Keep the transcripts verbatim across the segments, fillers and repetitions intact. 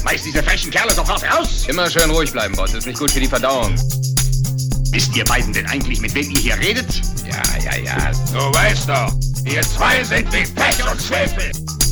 Schmeiß diese frechen Kerle sofort raus! Immer schön ruhig bleiben, Boss. Ist nicht gut für die Verdauung. Wisst ihr beiden denn eigentlich, mit wem ihr hier redet? Ja, ja, ja. Du weißt doch, ihr zwei sind wie Pech und Schwefel.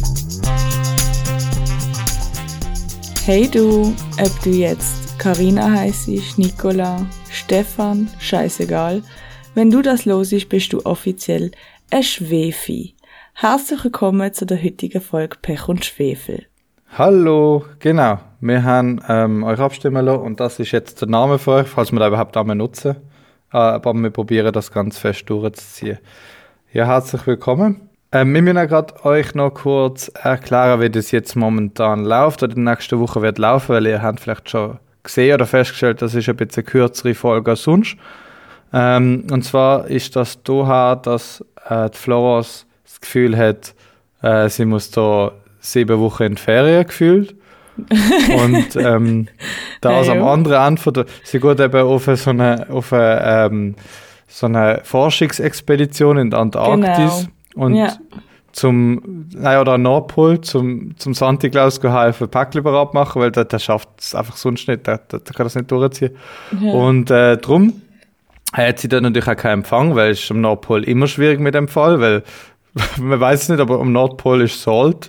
Hey du, ob du jetzt Carina heisst, Nicola, Stefan, scheißegal. Wenn du das hörst, bist du offiziell ein Schwefi. Herzlich willkommen zu der heutigen Folge Pech und Schwefel. Hallo, genau. Wir haben ähm, euch abstimmen lassen und das ist jetzt der Name für euch, falls wir da überhaupt Namen nutzen. Äh, aber wir probieren das ganz fest durchzuziehen. Ja, herzlich willkommen. Ähm, wir müssen gerade euch noch kurz erklären, wie das jetzt momentan läuft oder in der nächsten Woche wird laufen, weil ihr habt vielleicht schon gesehen oder festgestellt, das ist ein bisschen eine kürzere Folge als sonst. Ähm, und zwar ist das daher, dass äh, die Florence das Gefühl hat, äh, sie muss da sieben Wochen in die Ferien gefühlt. Und ähm, das hey, am anderen Ende von der, sie geht eben auf so eine, auf eine, ähm, so eine Forschungsexpedition in der Antarktis. Genau. Und ja. zum, naja, oder Nordpol, zum, zum Santa Claus helfen, Päckchen bereit machen, weil der, der schafft es einfach sonst nicht, der, der, der kann das nicht durchziehen. Ja. Und äh, darum hat sie dann natürlich auch keinen Empfang, weil es ist am Nordpol immer schwierig mit dem Fall, weil man weiß es nicht, aber am Nordpol ist Salt.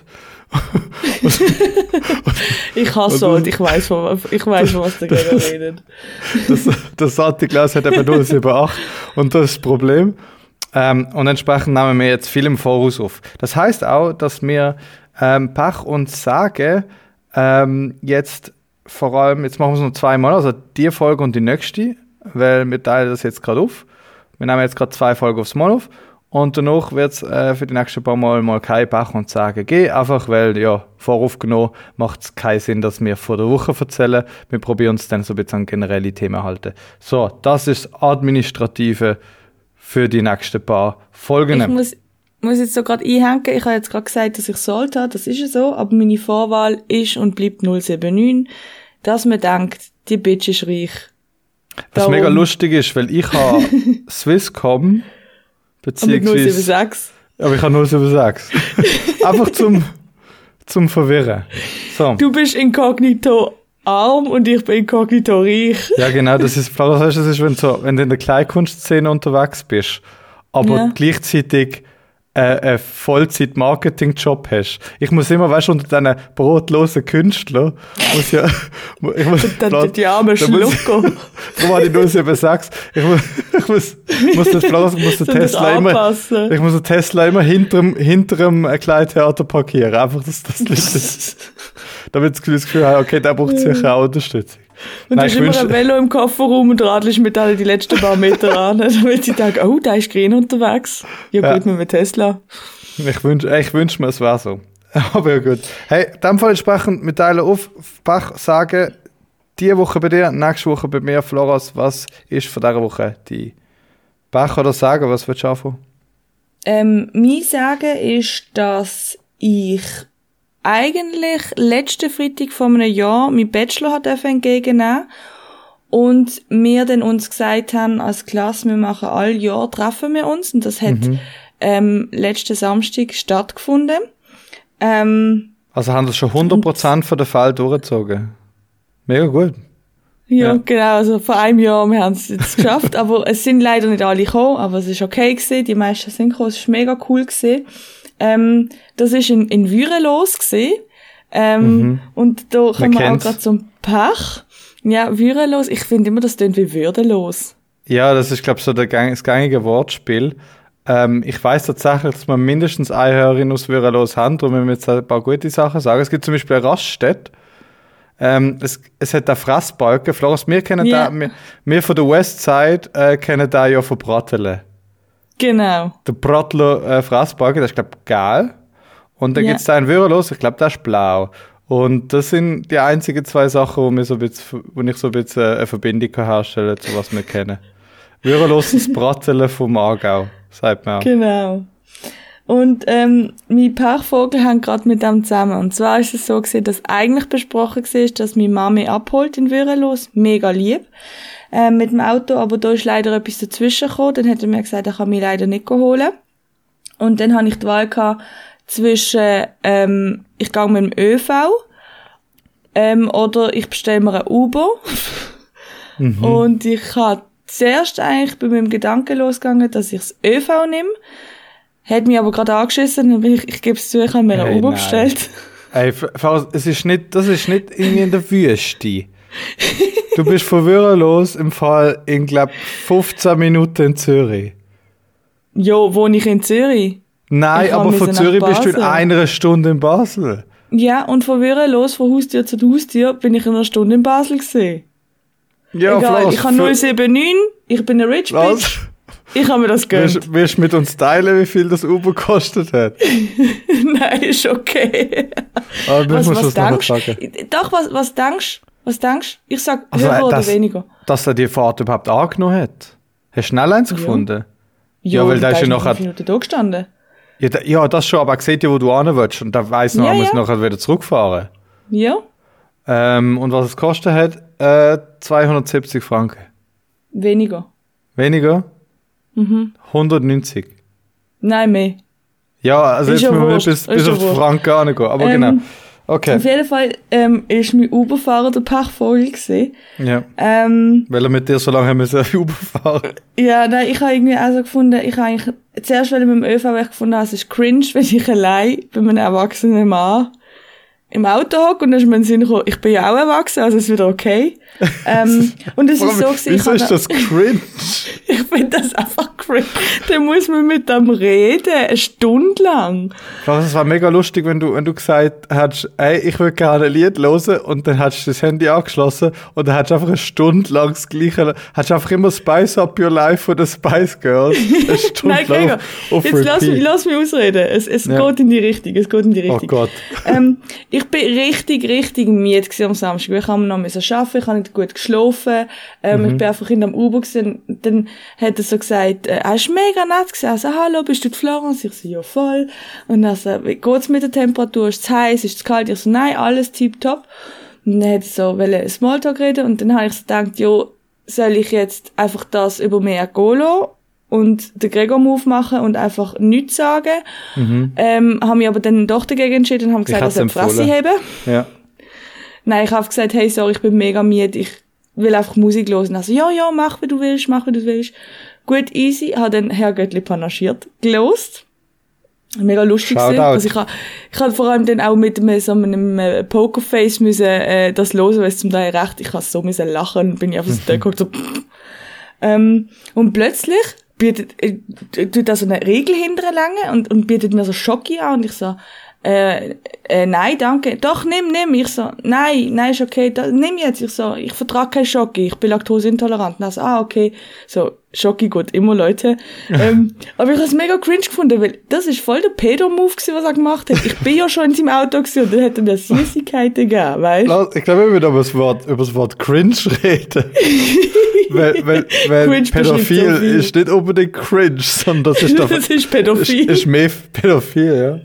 Ich hasse Salt, ich weiss, von, ich weiss, von was dagegen redet. Das, das Santa Claus hat eben null sieben acht und das ist das Problem. Ähm, und entsprechend nehmen wir jetzt viel im Voraus auf. Das heisst auch, dass wir ähm, Pech und Sage ähm, jetzt vor allem, jetzt machen wir es noch zweimal, also die Folge und die nächste, weil wir teilen das jetzt gerade auf. Wir nehmen jetzt gerade zwei Folgen aufs Mal auf und danach wird es äh, für die nächsten paar Mal mal kein Pech und Sage geben, einfach weil, ja, voraufgenommen macht es keinen Sinn, dass wir vor der Woche erzählen. Wir probieren uns dann so ein bisschen an generelle Themen halten. So, das ist das Administrative für die nächsten paar Folgen. Ich muss, muss jetzt so gerade einhängen, ich habe jetzt gerade gesagt, dass ich Salt habe, das ist ja so, aber meine Vorwahl ist und bleibt null sieben neun, dass man denkt, die Bitch ist reich. Was Darum. Mega lustig ist, weil ich habe Swisscom, beziehungsweise... null sieben sechs. Aber ich habe null sieben sechs. Einfach zum, zum Verwirren. So. Du bist inkognito arm und ich bin inkognito reich. Ja, genau, das ist, das ist, wenn, so, wenn du in der Kleinkunstszene unterwegs bist, aber ja. gleichzeitig äh, einen Vollzeit-Marketing-Job hast. Ich muss immer, weißt du, unter diesen brotlosen Künstlern, muss ja, ich muss, dann, dann, die armen Schlucker. Warum habe ich null sieben sechs? Ich muss, ich muss, muss das, ich muss den Tesla immer, ich muss den Tesla immer hinterm, hinterm Kleintheater parkieren. Einfach, dass das nicht ist. Damit ich das Gefühl habe, okay, der braucht sicher auch Unterstützung. Und Nein, du hast immer ein Velo im Kofferraum und radelst mit allen die letzten paar Meter an, damit sie denken, oh, da ist grün unterwegs. Ja gut, ja. Mit dem Tesla. Ich wünsche ich wünsch mir, es wäre so. Aber ja gut. Hey, in dem Fall entsprechend mit Teilen auf, Pech sagen, diese Woche bei dir, nächste Woche bei mir, Florence, was ist von dieser Woche die Pech oder Sagen, was willst du anfangen? Ähm, mein Sagen ist, dass ich eigentlich letzten Freitag vor einem Jahr meinen Bachelor hat entgegennehmen und wir dann uns gesagt haben als Klasse, wir machen all Jahr, treffen wir uns und das hat mhm. ähm, letzten Samstag stattgefunden. Ähm, also haben das schon hundert Prozent von der Fälle durchgezogen. Mega gut. Ja, ja, genau, also vor einem Jahr, wir haben es jetzt geschafft, aber es sind leider nicht alle gekommen, aber es ist okay gewesen, die meisten sind gekommen, es ist mega cool gewesen. Ähm, das ist in, in Würelos gewesen. Ähm, mhm. Und da kommen wir auch gerade zum Pech. Ja, Würelos, ich finde immer, das klingt wie würdelos. Ja, das ist, glaube ich, so der, das gängige Wortspiel. Ähm, ich weiss tatsächlich, dass wir mindestens eine Hörerin aus Würelos haben, darum müssen wir jetzt ein paar gute Sachen sagen. Es gibt zum Beispiel eine Raststätte. Ähm, es, es hat einen Fressbalken. Florence, wir kennen yeah. den, wir, wir von der Westside äh, kennen den ja von Bratele. Genau. Der Bratler äh, Fressbalken, das ist, glaube ich, geil. Und dann yeah. gibt es da einen Würelos, ich glaube, der ist blau. Und das sind die einzigen zwei Sachen, wo, wir so ein bisschen, wo ich so ein bisschen eine Verbindung herstellen kann, zu was wir kennen. Würelos ist das Bratele vom Aargau, sagt man auch. Genau. Und ähm, mein Pechvogel hängt gerade mit dem zusammen. Und zwar ist es so gewesen, dass eigentlich besprochen war, dass meine Mami abholt in Würelos. Mega lieb. Äh, mit dem Auto, aber da ist leider etwas dazwischen gekommen. Dann hat er mir gesagt, er kann mich leider nicht holen. Und dann hatte ich die Wahl gehabt zwischen, ähm, ich gehe mit dem ÖV Ähm, oder ich bestelle mir ein Uber. mhm. Und ich habe zuerst eigentlich bei meinem Gedanken losgegangen, dass ich das ÖV nehme. Hat mich aber gerade angeschissen, dann bin ich, ich gebe es zu, ich habe mir hey, ein Uber nein. bestellt. Ey, es ist nicht, das ist nicht irgendwie in der Wüste. Du bist von Würrelos im Fall in, glaub, fünfzehn Minuten in Zürich. Jo, wohne ich in Zürich? Nein, aber von Zürich bist du in einer Stunde in Basel. Ja, und von Würrelos, von Haustür zu Haustür, bin ich in einer Stunde in Basel gesehen. Ja, egal, Flash, ich habe null sieben neun, ich bin eine Rich Was? Bitch. Ich habe mir das gönnt. Willst, willst du mit uns teilen, wie viel das Uber gekostet hat? Nein, ist okay. Aber was, musst was du denkst noch sagen. Doch, was, was denkst du? Was denkst du? Ich sag also, höher dass, oder weniger. Dass er die Fahrt überhaupt angenommen hat. Hast du schnell eins ja. gefunden? Ja, ja, weil da ist ja nachher... fünf Minuten da gestanden. Ja, da, ja, das schon, aber er sieht ja, wo du hin willst. Und da weiss noch, ja, er muss ja. nachher wieder zurückfahren. Ja. Ähm, und was es gekostet hat? Äh, zweihundertsiebzig Franken. Weniger. Weniger? Mhm. hundertneunzig. Nein, mehr. Ja, also ist jetzt ja müssen wir bis, bis auf die Franken angehen. Aber ähm, genau. Okay. Auf jeden Fall ähm, ist mein Uberfahrer der Pechvogel gewesen. Ja. Ähm, Weil er mit dir so lange haben müssen Uber fahren. Ja, nein, ich habe irgendwie auch so gefunden, ich habe eigentlich zuerst, weil ich mit dem ÖV weg gefunden habe, es ist cringe, wenn ich allein bei einem erwachsenen Mann im Auto hocke und dann ist mir in den Sinn gekommen, ich bin ja auch erwachsen, also ist wieder okay. ähm, und es ist so gewesen, wieso ist das cringe? Ich finde das einfach cringe. Dann muss man mit dem reden, eine Stunde lang. Es war mega lustig, wenn du, wenn du gesagt hättest, ey, ich würde gerne ein Lied hören und dann hättest du das Handy angeschlossen und dann hättest du einfach eine Stunde lang das Gleiche, hättest du einfach immer Spice Up Your Life von den Spice Girls. Eine Stunde Nein, lang auf jetzt lass mich, lass mich ausreden. Es, es ja. geht in die Richtung, es geht in die Richtung. Oh Gott. Ähm, ich bin richtig, richtig müde gewesen am Samstag. Ich habe noch müssen arbeiten, ich habe nicht gut geschlafen. Ähm, mhm. Ich bin einfach in dem Uber gewesen. Dann hat er so gesagt, äh, er ist mega nett gewesen. Also, hallo, bist du die Florence? Ich so, ja, voll. Und dann so, wie geht's mit der Temperatur? Ist es heiß? Ist es kalt? Ich so, nein, alles tipptopp. Und dann hat er so, wollte Smalltalk reden. Und dann habe ich so gedacht, jo, soll ich jetzt einfach das über mich ergehen lassen und den Gregor-Move machen und einfach nichts sagen. Mhm. Ähm, habe mich aber dann doch dagegen entschieden und habe gesagt, dass ich die Fresse heben. Ja. Nein, ich habe gesagt, hey, sorry, ich bin mega müde, ich will einfach Musik hören. Also, ja, ja, mach, wie du willst, mach, wie du willst. Gut, easy. Habe dann Herr Göttli panaschiert gelost. Mega lustig gewesen. Also ich habe ich hab vor allem dann auch mit einem, so einem äh, Pokerface müssen, äh, das hören, weil es zum Teil recht, ich habe so müssen lachen und bin ich einfach so da geguckt, so, ähm, und plötzlich bietet, äh, tut da so eine Regel hinterher lange und, und bietet mir so Schoki an und ich so, äh, äh, nein, danke. Doch, nimm, nimm. Ich so, nein, nein, ist okay. Da, nimm jetzt. Ich so, ich vertrage kein Schoki. Ich bin laktoseintolerant. Also, ah, okay. So, Schoki gut, immer, Leute. ähm, aber ich habe es mega cringe gefunden, weil das ist voll der Pedo-Move gewesen, was er gemacht hat. Ich bin ja schon in seinem Auto gewesen und dann hat er mir Süßigkeiten gegeben, weißt du? Ich glaube, wir müssen über das Wort, über das Wort cringe reden. weil, weil, weil cringe Pädophil so ist nicht unbedingt cringe, sondern das ist doch, das ist pädophil. Ist, ist mehr pädophil, ja.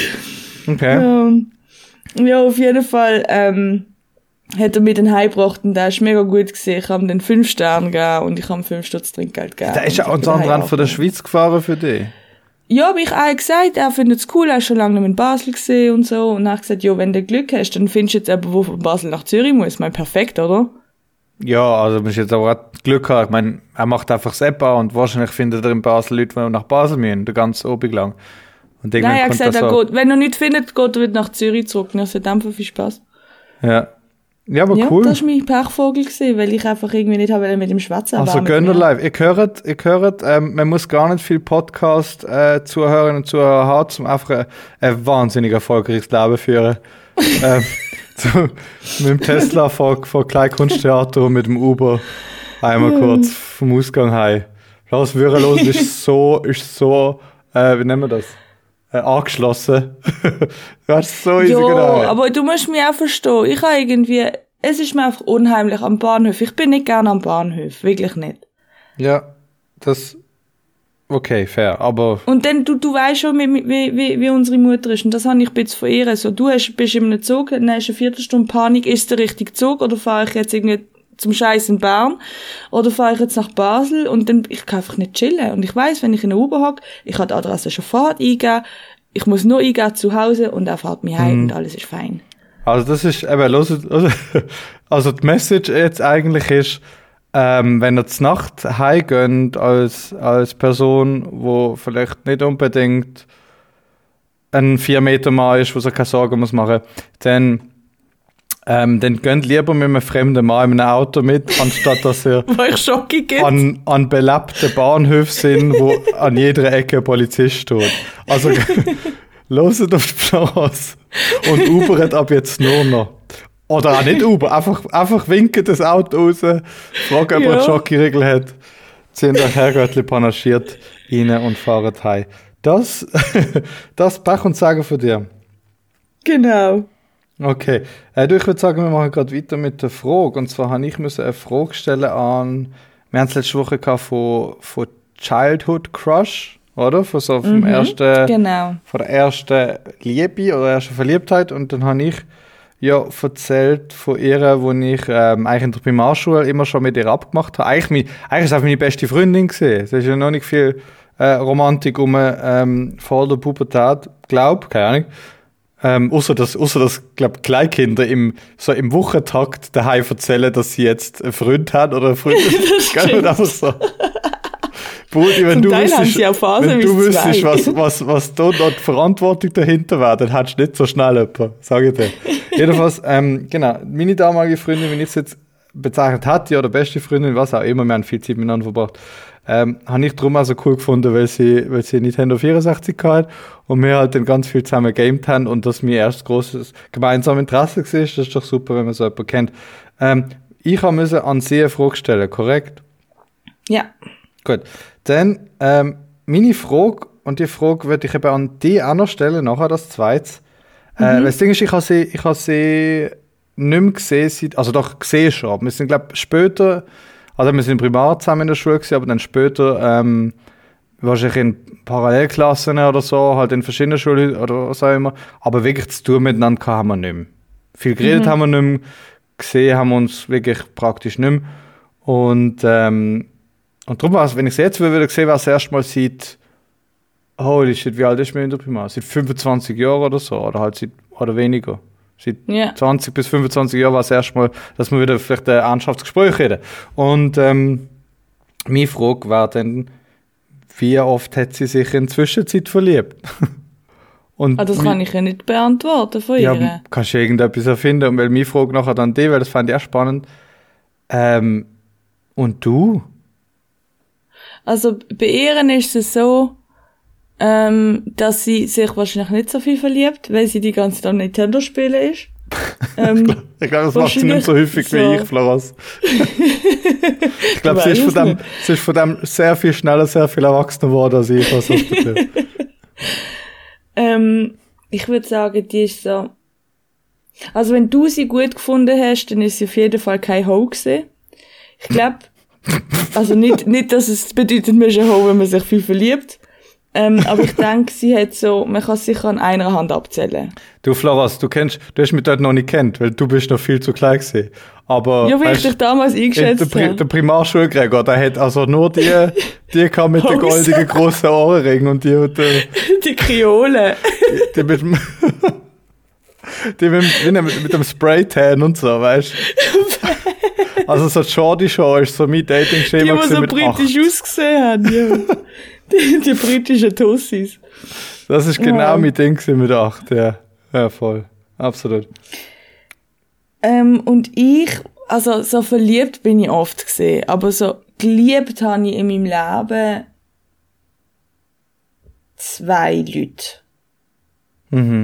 Okay. Ja, ja, auf jeden Fall ähm, hat er mir den heimgebracht und der ist mega gut gewesen. Ich habe ihm den fünf Sterne gegeben und ich habe ihm fünf Stutz Trinkgeld gegeben. Der ist ja unter anderem von der Schweiz gefahren für dich. Ja, aber ich habe gesagt, er findet es cool, er ist schon lange nicht mehr in Basel gesehen und so. Und dann habe ich gesagt, ja, wenn du Glück hast, dann findest du jetzt jemanden, der von Basel nach Zürich muss. Ich meine, perfekt, oder? Ja, also du musst jetzt aber auch Glück haben. Ich meine, er macht einfach SEPA und wahrscheinlich findet er in Basel Leute, die nach Basel müssen, den ganzen Obig lang. Und Nein, er hat gesagt, er geht, wenn er nichts findet, geht er wieder nach Zürich zurück. Das hat einfach viel Spaß. Ja. Ja, aber ja, cool. Das war mein Pechvogel gewesen, weil ich einfach irgendwie nicht habe mit ihm schwätzen. Also Gönner live. Ihr hört, ihr hört, ähm, man muss gar nicht viel Podcast, äh, Zuhörerinnen und Zuhörer haben, um einfach ein, ein wahnsinnig erfolgreiches Leben führen. ähm, zu, mit dem Tesla vor, vor Kleinkunsttheater und mit dem Uber einmal kurz vom Ausgang heim. Lars Würrelos ist so, ist so, äh, wie nennen wir das? Äh, angeschlossen. Du hast so easy genau. Ja, aber du musst mich auch verstehen. Ich habe irgendwie, es ist mir einfach unheimlich am Bahnhof. Ich bin nicht gerne am Bahnhof. Wirklich nicht. Ja, das, okay, fair, aber. Und dann, du, du weißt schon, wie, wie, wie, wie unsere Mutter ist. Und das habe ich ein bisschen von ihr. So, du hast, bist in einem Zug, dann hast du eine Viertelstunde Panik. Ist der richtige Zug oder fahre ich jetzt irgendwie zum Scheiß in Bern oder fahre ich jetzt nach Basel und dann, ich kann einfach nicht chillen. Und ich weiss, wenn ich in einer Uber hocke, ich habe die Adresse schon vorher eingeben, ich muss nur eingeben zu Hause und er fährt mich heim mhm. und alles ist fein. Also das ist, eben, hört, also die Message jetzt eigentlich ist, ähm, wenn ihr zur Nacht heimgeht als, als Person, wo vielleicht nicht unbedingt ein vier Meter Mann ist, wo sich keine Sorgen muss machen, dann Ähm, dann geht lieber mit einem fremden Mann in einem Auto mit, anstatt dass ihr an, an belebten Bahnhöfen sind, wo an jeder Ecke ein Polizist steht. Also loset auf die Chance und Uberet ab jetzt nur noch. Oder auch nicht Uber, einfach, einfach winken das Auto raus, fragen, ob er eine Jockey-Regel hat, ziehen euch Herrgöttli panaschiert rein und fahren heim. Das, das Pech und Sagen von dir. Genau. Okay, äh, du, ich würde sagen, wir machen gerade weiter mit der Frage. Und zwar habe ich müssen eine Frage stellen an, wir haben es letzte Woche gehabt von, von Childhood Crush, oder? Von so vom mhm, ersten, genau. Von der ersten Liebe oder ersten Verliebtheit. Und dann habe ich ja erzählt von ihr, wo ich ähm, eigentlich in der Primarschule immer schon mit ihr abgemacht habe. Eigentlich, mein, eigentlich ist es auch meine beste Freundin gesehen. Es ist ja noch nicht viel äh, Romantik um ähm, vor der Pubertät, glaube, keine Ahnung. Ähm, außer dass, außer dass, glaub, Kleinkinder im, so im Wochentakt daheim erzählen, dass sie jetzt einen Freund haben oder eine Freundin. Das stimmt. Einfach so. Brudi, wenn Zum du Teil haben wüsstest, sie auch Phasen wenn du wie wüsstest, zwei. was, was, was da noch die Verantwortung dahinter wäre, dann hättest du nicht so schnell jemanden, sag ich dir. Jedenfalls, ähm, genau, meine damalige Freundin, wenn ich es jetzt bezeichnet hatte, oder beste Freundin, was auch immer, wir haben viel Zeit miteinander verbracht, Ähm, habe ich darum auch so cool gefunden, weil sie, weil sie Nintendo vierundsechzig hatte und wir halt dann ganz viel zusammen gegamed haben und das mein erstes grosses gemeinsames Interesse war. Das ist doch super, wenn man so jemanden kennt. Ähm, ich musste an sie eine Frage stellen, korrekt? Ja. Gut. Dann ähm, meine Frage, und die Frage würde ich eben an die auch noch stellen, nachher das zweite. Mhm. Äh, weil das Ding ist, ich habe sie, ich habe sie nicht mehr gesehen, seit, also doch gesehen schon, aber wir sind, glaube ich, später. Also wir sind primar zusammen in der Schule gewesen, aber dann später ähm, wahrscheinlich in Parallelklassen oder so, halt in verschiedenen Schulen oder was auch immer. Aber wirklich zu tun miteinander haben wir nicht mehr. Viel geredet mhm. haben wir nicht mehr, gesehen haben wir uns wirklich praktisch nicht mehr. Und, ähm, und darum war es, wenn ich es jetzt würde sehen, war es erst mal seit, holy shit, wie alt ist man in der Primar? Seit fünfundzwanzig Jahren oder so, oder halt seit, oder weniger. Seit yeah. zwanzig bis fünfundzwanzig Jahren war es erstmal, dass wir wieder vielleicht ein ernsthaftes Gespräch reden. Und ähm, meine Frage war dann, wie oft hat sie sich in der Zwischenzeit verliebt? Und ah, das kann mi- ich ja nicht beantworten von ihr. Ja, kannst du irgendetwas erfinden? Und weil meine Frage nachher dann die, weil das fand ich auch spannend. Ähm, und du? Also bei ihr ist es so, Ähm, dass sie sich wahrscheinlich nicht so viel verliebt, weil sie die ganze Zeit am Nintendo spielen ist. Ähm, ich glaube, das macht sie nicht so häufig so. wie ich, Florence. Ich glaube, sie, sie ist von dem sehr viel schneller, sehr viel erwachsener geworden als ich, was das betrifft. ähm, ich würde sagen, die ist so... Also wenn du sie gut gefunden hast, dann ist sie auf jeden Fall kein Ho gewesen. Ich glaube, also nicht, nicht, dass es bedeutet, man ist ein Ho, wenn man sich viel verliebt. Ähm, aber ich denke, sie hat so, man kann es sicher an einer Hand abzählen. Du, Florence, du kennst, du hast mich dort noch nicht kennt, weil du bist noch viel zu klein gewesen. Aber, ja, wie ich dich damals eingeschätzt habe. Der, der Primarschulgregor, der hat also nur die, die kam mit den goldigen grossen Ohrringen und die, die, die Kriole. Die, die mit dem, die mit, mit, mit dem Spraytan und so, weißt du? Also so Jordi Show ist so mein Dating-Schema. Die, die so britisch acht. Ausgesehen haben, ja. Die, die britischen Tussis. Das ist genau ja. mein Ding mit acht, ja. Ja, voll. Absolut. Ähm, und ich, also so verliebt bin ich oft gesehen, aber so geliebt habe ich in meinem Leben zwei Leute. Mhm.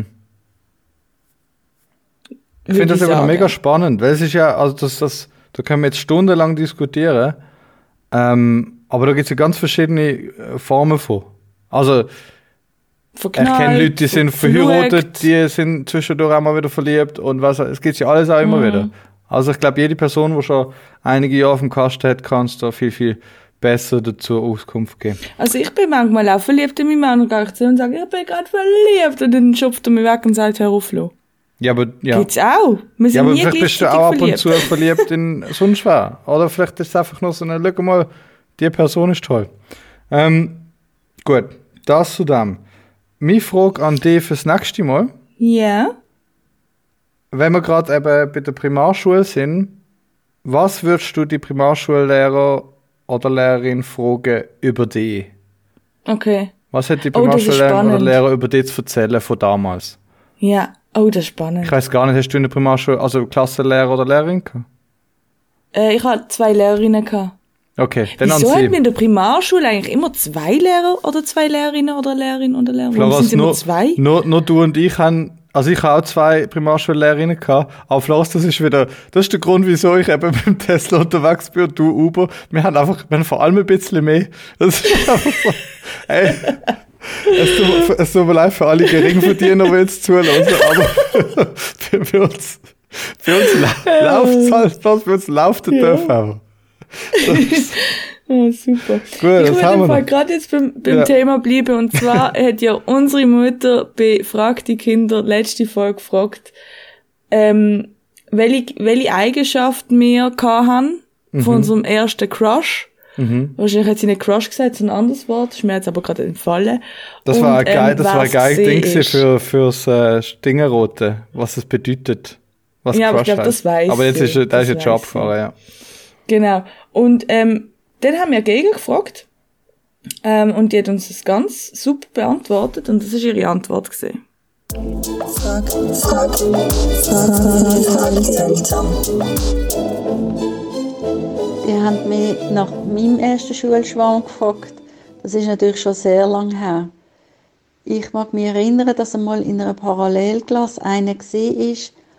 Ich finde das aber mega spannend, weil es ist ja, also das, das, da können wir jetzt stundenlang diskutieren, ähm, aber da gibt es ja ganz verschiedene Formen von. Also, Verknallt, ich kenne Leute, die sind verheiratet, verlegt. die sind zwischendurch auch mal wieder verliebt und was, es gibt ja alles auch immer mhm. wieder. Also ich glaube, jede Person, die schon einige Jahre auf dem Kasten hat, kann es da viel, viel besser dazu Auskunft geben. Also ich bin manchmal auch verliebt in meinen Mann und gehe zu und sage, ich bin gerade verliebt und dann schupft er mich weg und sagt, hör auf, Lo. Ja, aber, ja. Gibt's auch. Wir sind ja, aber nie vielleicht bist du auch ab und zu verliebt in sonst wer. Oder vielleicht ist es einfach nur so eine, schau mal, die Person ist toll. Ähm, gut, das zu dem. Meine Frage an dich fürs nächste Mal. Ja. wenn wir gerade eben bei der Primarschule sind, was würdest du die Primarschullehrer oder Lehrerin fragen über dich? Okay. Was hat die Oh, das ist Primarschullehrerin oder spannend. Lehrer über dich zu erzählen von damals? Ja, oh, das ist spannend. Ich weiss gar nicht, hast du in der Primarschule, also Klassenlehrer oder Lehrerin gehabt? Äh, ich hatte zwei Lehrerinnen gehabt. Okay, dann an Wieso haben sie. wir in der Primarschule eigentlich immer zwei Lehrer oder zwei Lehrerinnen oder Lehrerin oder Lehrer? Warum Floras, sind es immer nur, zwei? Nur, nur du und ich haben, also ich habe auch zwei Primarschullehrerinnen gehabt, aber Floras, das ist wieder, das ist der Grund, wieso ich eben mit dem Tesla unterwegs bin und du Uber. Wir haben einfach, wir haben vor allem ein bisschen mehr. Das ist einfach so, ey, es tut, es tut mir leid für alle Geringverdiener, die jetzt zulassen, aber für, für uns, für uns la läuft es halt, für uns läuft der Ja. Dörf einfach. Oh, super. Gut, ich das würde haben wir im Fall noch. gerade jetzt beim, beim Ja. Thema bleiben. Und zwar hat ja unsere Mutter bei Frag die Kinder letzte Folge gefragt, ähm, welche, welche Eigenschaften wir gehabt haben von Mhm. unserem ersten Crush. Wahrscheinlich hat sie nicht Crush gesagt, sondern ein anderes Wort. Das ist mir jetzt aber gerade entfallen. Das Und, war ein geil, ähm, das war ein was geiles gesehen Ding gewesen ist. für, fürs äh, Stingerote, was es bedeutet. Was Ja, aber ich Crush glaub, das heißt. weiss Aber jetzt sie. ist, er- der Das ist jetzt schon weiss abgefahren, ja. Genau. Und ähm, dann haben wir Gegen gefragt. Ähm, und die hat uns das ganz super beantwortet. Und das ist ihre Antwort gewesen. Frag, frag, frag die Eltern. Ihr habt mich nach meinem ersten Schulschwarm gefragt. Das ist natürlich schon sehr lange her. Ich mag mich erinnern, dass einmal in einer Parallelklasse einer war,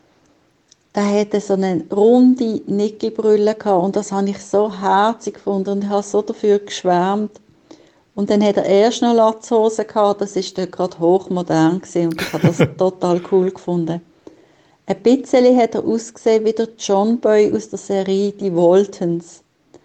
der hatte so eine runde Nickelbrille gehabt und das habe ich so herzig gefunden und ich habe so dafür geschwärmt. Und dann hat er erst noch Latzhosen gehabt, das war dort gerade hochmodern gewesen und ich habe das total cool gefunden. Ein bisschen hat er ausgesehen wie der John Boy aus der Serie Die Waltons.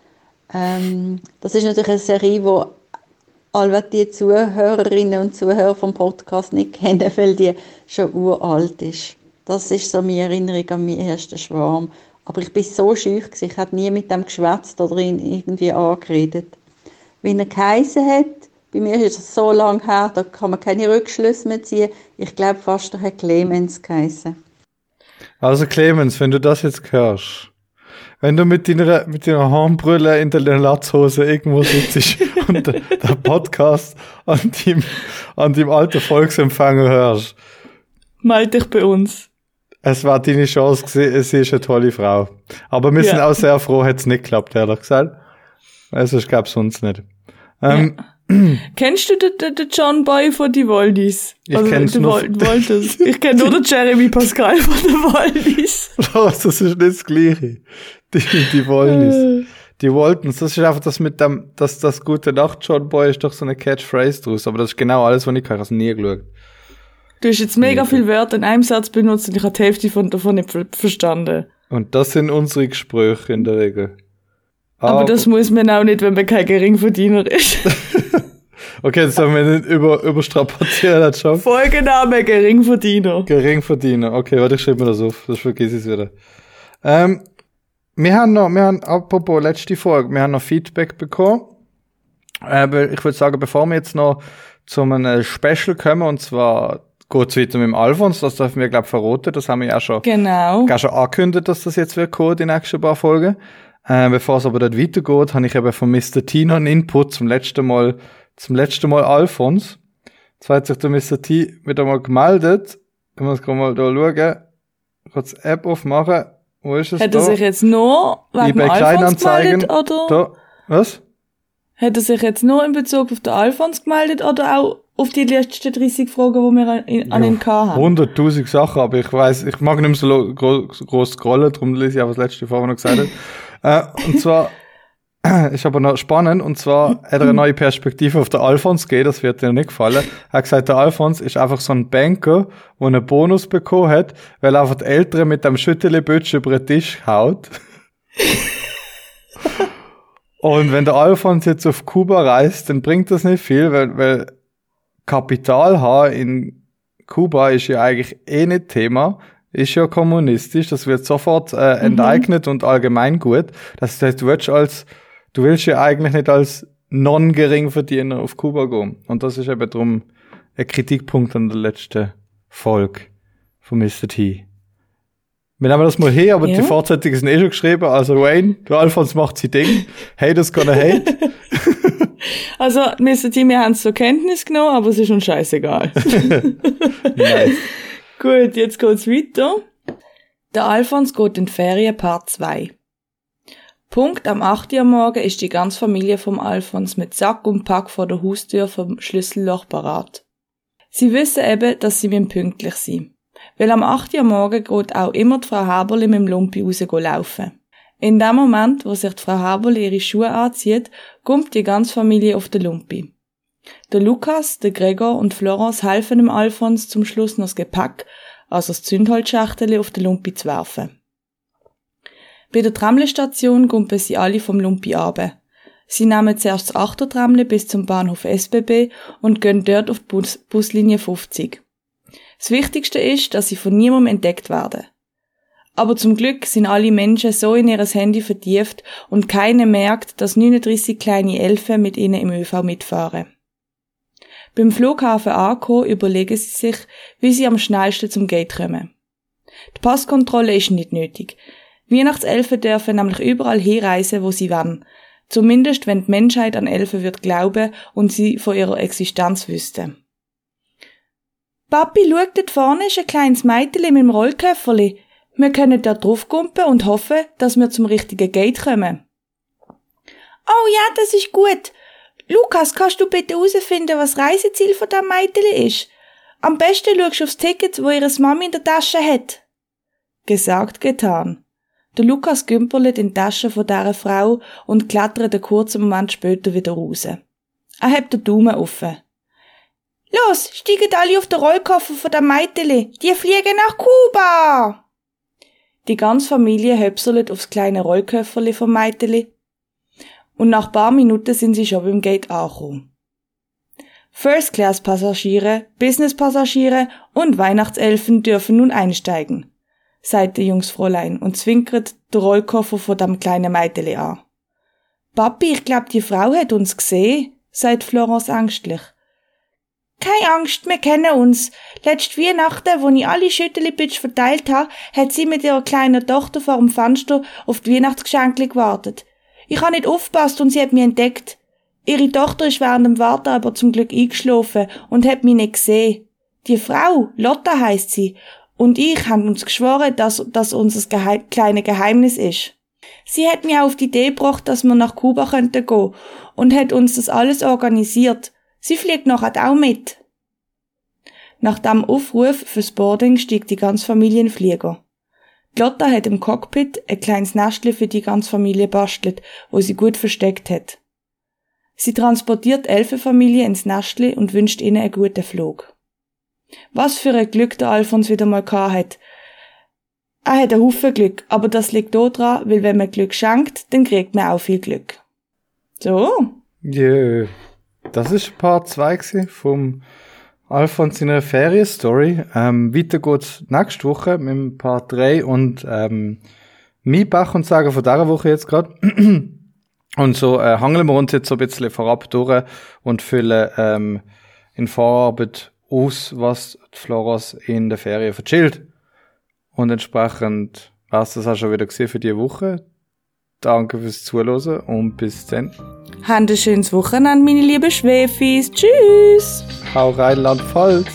Ähm, das ist natürlich eine Serie, die alle die Zuhörerinnen und Zuhörer vom Podcast nicht kennen, weil die schon uralt ist. Das ist so meine Erinnerung an meinen ersten Schwarm. Aber ich bin so schüch gewesen, ich habe nie mit dem geschwätzt oder ihn irgendwie angeredet. Wie er geheissen hat, bei mir ist es so lange her, da kann man keine Rückschlüsse mehr ziehen. Ich glaube fast, er hat Clemens geheissen. Also Clemens, wenn du das jetzt hörst, wenn du mit deiner, mit deiner Hornbrille in der Latzhose irgendwo sitzt und der, der Podcast an dem, an dem alten Volksempfänger hörst, Meld dich bei uns. es war deine Chance gewesen, sie ist eine tolle Frau. Aber wir sind Ja. auch sehr froh, hat es nicht geklappt, ehrlich gesagt. Also ich glaube sonst nicht. Ähm, Kennst du den, den, den John Boy von die Waldis? Ich kenn's die nur- Wal- Walters. Ich kenne nur den Jeremy Pascal von den Waldis. das ist nicht das Gleiche. Die, die wollen es. Die wollten es. Das ist einfach das mit dem, dass das gute Nacht John Boy ist doch so eine Catchphrase draus. Aber das ist genau alles, was ich kann. Ich habe es nie geschaut. Du hast jetzt mega viele Wörter in einem Satz benutzt und ich habe die Hälfte von, davon nicht ver verstanden. Und das sind unsere Gespräche in der Regel. Aber das muss man auch nicht, wenn man kein Geringverdiener ist. Okay, das sollen wir nicht über, überstrapazieren, das schon. Folgename Geringverdiener. Geringverdiener. Okay, warte, ich schreibe mir das auf. Das vergesse ich wieder. Ähm, wir haben noch, wir haben, apropos letzte Folge, wir haben noch Feedback bekommen. Aber ich würde sagen, bevor wir jetzt noch zu einem Special kommen, und zwar geht es weiter mit dem Alfons, das dürfen wir, glaube ich, verraten. Das haben wir ja schon, Genau. gar schon angekündigt, dass das jetzt wird kommen, die nächsten paar Folgen. Äh, bevor es aber dort weitergeht, habe ich eben von Mister T noch einen Input zum letzten Mal, zum letzten Mal Alfons. Jetzt hat sich der Mister T wieder mal gemeldet. Ich muss gerade mal da schauen. Kurz App aufmachen. Wo ist es Hat da? er sich jetzt nur wegen eBay dem Alfons Kleinanzeigen. gemeldet, oder? Da. Was? Hat er sich jetzt nur in Bezug auf den Alfons gemeldet, oder auch auf die letzten dreißig Fragen, die wir an, an Ja, ihn gehabt haben? hunderttausend Sachen, aber ich weiss, ich mag nicht mehr so lo- gro so groß scrollen, darum lese ich auch das letzte vor, was er noch gesagt hat. äh, und zwar, ist aber noch spannend, und zwar hat er eine neue Perspektive auf den Alfons gegeben, das wird dir nicht gefallen. Er hat gesagt, der Alfons ist einfach so ein Banker, der einen Bonus bekommen hat, weil er einfach die Eltern mit dem Schüttelebütsch über den Tisch haut. Und wenn der Alfons jetzt auf Kuba reist, dann bringt das nicht viel, weil, weil Kapital haben in Kuba ist ja eigentlich eh nicht Thema, ist ja kommunistisch, das wird sofort äh, enteignet und allgemein gut. Das heißt, du willst als, du willst ja eigentlich nicht als Non-Geringverdiener auf Kuba gehen. Und das ist eben drum ein Kritikpunkt an der letzten Folge von Mister T. Wir nehmen das mal her, aber Ja. die Fortsetzungen sind eh schon geschrieben. Also Wayne, der Alfons macht sein Ding. Haters gonna hate. Also, Mister Team, wir haben es zur Kenntnis genommen, aber es ist uns scheißegal. Nice. Gut, jetzt geht's weiter. Der Alfons geht in die Ferien Part zwei. Punkt am acht Uhr am Morgen ist die ganze Familie vom Alfons mit Sack und Pack vor der Haustür vom Schlüsselloch parat. Sie wissen eben, dass sie pünktlich sind. Weil am acht Uhr am Morgen geht auch immer die Frau Haberli mit dem Lumpi raus laufen. In dem Moment, wo sich die Frau Haberli ihre Schuhe anzieht, kommt die ganze Familie auf den Lumpi. Der Lukas, der Gregor und Florence helfen dem Alfons zum Schluss noch das Gepäck, also das Zündholzschachtel, auf den Lumpi zu werfen. Bei der Tramlestation gumpen sie alle vom Lumpi runter. Sie nehmen zuerst das Achtertramle bis zum Bahnhof S B B und gehen dort auf die Bus- Buslinie fünfzig. Das Wichtigste ist, dass sie von niemandem entdeckt werden. Aber zum Glück sind alle Menschen so in ihr Handy vertieft und keiner merkt, dass neununddreissig kleine Elfen mit ihnen im ÖV mitfahren. Beim Flughafen angekommen, überlegen sie sich, wie sie am schnellsten zum Gate kommen. Die Passkontrolle ist nicht nötig. Weihnachtselfen dürfen nämlich überall hinreisen, wo sie wollen. Zumindest, wenn die Menschheit an Elfen wird glauben und sie von ihrer Existenz wüsste. Papi, schau, dort vorne ist ein kleines Mädchen mit dem Rollköfferli. Wir können da draufgumpen und hoffen, dass wir zum richtigen Gate kommen. Oh ja, das ist gut. Lukas, kannst du bitte herausfinden, was das Reiseziel von diesem Mädchen ist? Am besten schaust du aufs Ticket, wo ihre Mami in der Tasche hat. Gesagt, getan. Der Lukas gümperlet in die Tasche von dieser Frau und klettert einen kurzen Moment später wieder raus. Er hebt den Daumen offen. Los, steiget alle auf den Rollkoffer von dem Mädchen. Die fliegen nach Kuba! Die ganze Familie höpselt aufs kleine Rollköfferli vom Mädchen. Und nach paar Minuten sind sie schon beim Gate angekommen. First-Class-Passagiere, Business-Passagiere und Weihnachtselfen dürfen nun einsteigen, sagt der Jungsfräulein und zwinkert den Rollkoffer von dem kleinen Mädchen an. Papi, ich glaub, die Frau hat uns gesehen, sagt Florence ängstlich. Keine Angst, wir kennen uns. Letzte Weihnachten, wo ich alle Schüttelipitsch verteilt habe, hat sie mit ihrer kleinen Tochter vor dem Fenster auf die Weihnachtsgeschenke gewartet. Ich habe nicht aufgepasst und sie hat mich entdeckt. Ihre Tochter ist während dem Warten aber zum Glück eingeschlafen und hat mich nicht gesehen. Die Frau, Lotta heisst sie, und ich haben uns geschworen, dass das unser Gehe- kleines Geheimnis ist. Sie hat mich auch auf die Idee gebracht, dass wir nach Kuba könnten gehen und hat uns das alles organisiert. Sie fliegt nachher auch mit. Nach dem Aufruf fürs Boarding steigt die ganze Familie in den Flieger. Die Lotta hat im Cockpit ein kleines Nestchen für die ganze Familie bastelt, wo sie gut versteckt hat. Sie transportiert die Elfenfamilie ins Nestchen und wünscht ihnen einen guten Flug. Was für ein Glück der Alfons wieder mal gehabt hat. Er hat einen Haufen Glück, aber das liegt daran, weil wenn man Glück schenkt, dann kriegt man auch viel Glück. So. Jö. Das ist Part zwei vom Alfons in einer Ferienstory. Ähm, weiter geht's nächste Woche mit dem Part drei und ähm, mein Bach und Sagen von dieser Woche jetzt gerade. Und so äh, hangeln wir uns jetzt so ein bisschen vorab durch und füllen ähm, in Vorarbeit aus, was die Florence in der Ferien verchillt. Und entsprechend war es das auch schon wieder gesehen für diese Woche. Danke fürs Zuhören und bis dann. Habt ein schönes Wochenende, meine lieben Schwefis. Tschüss! Hau rein, Land-Pfalz!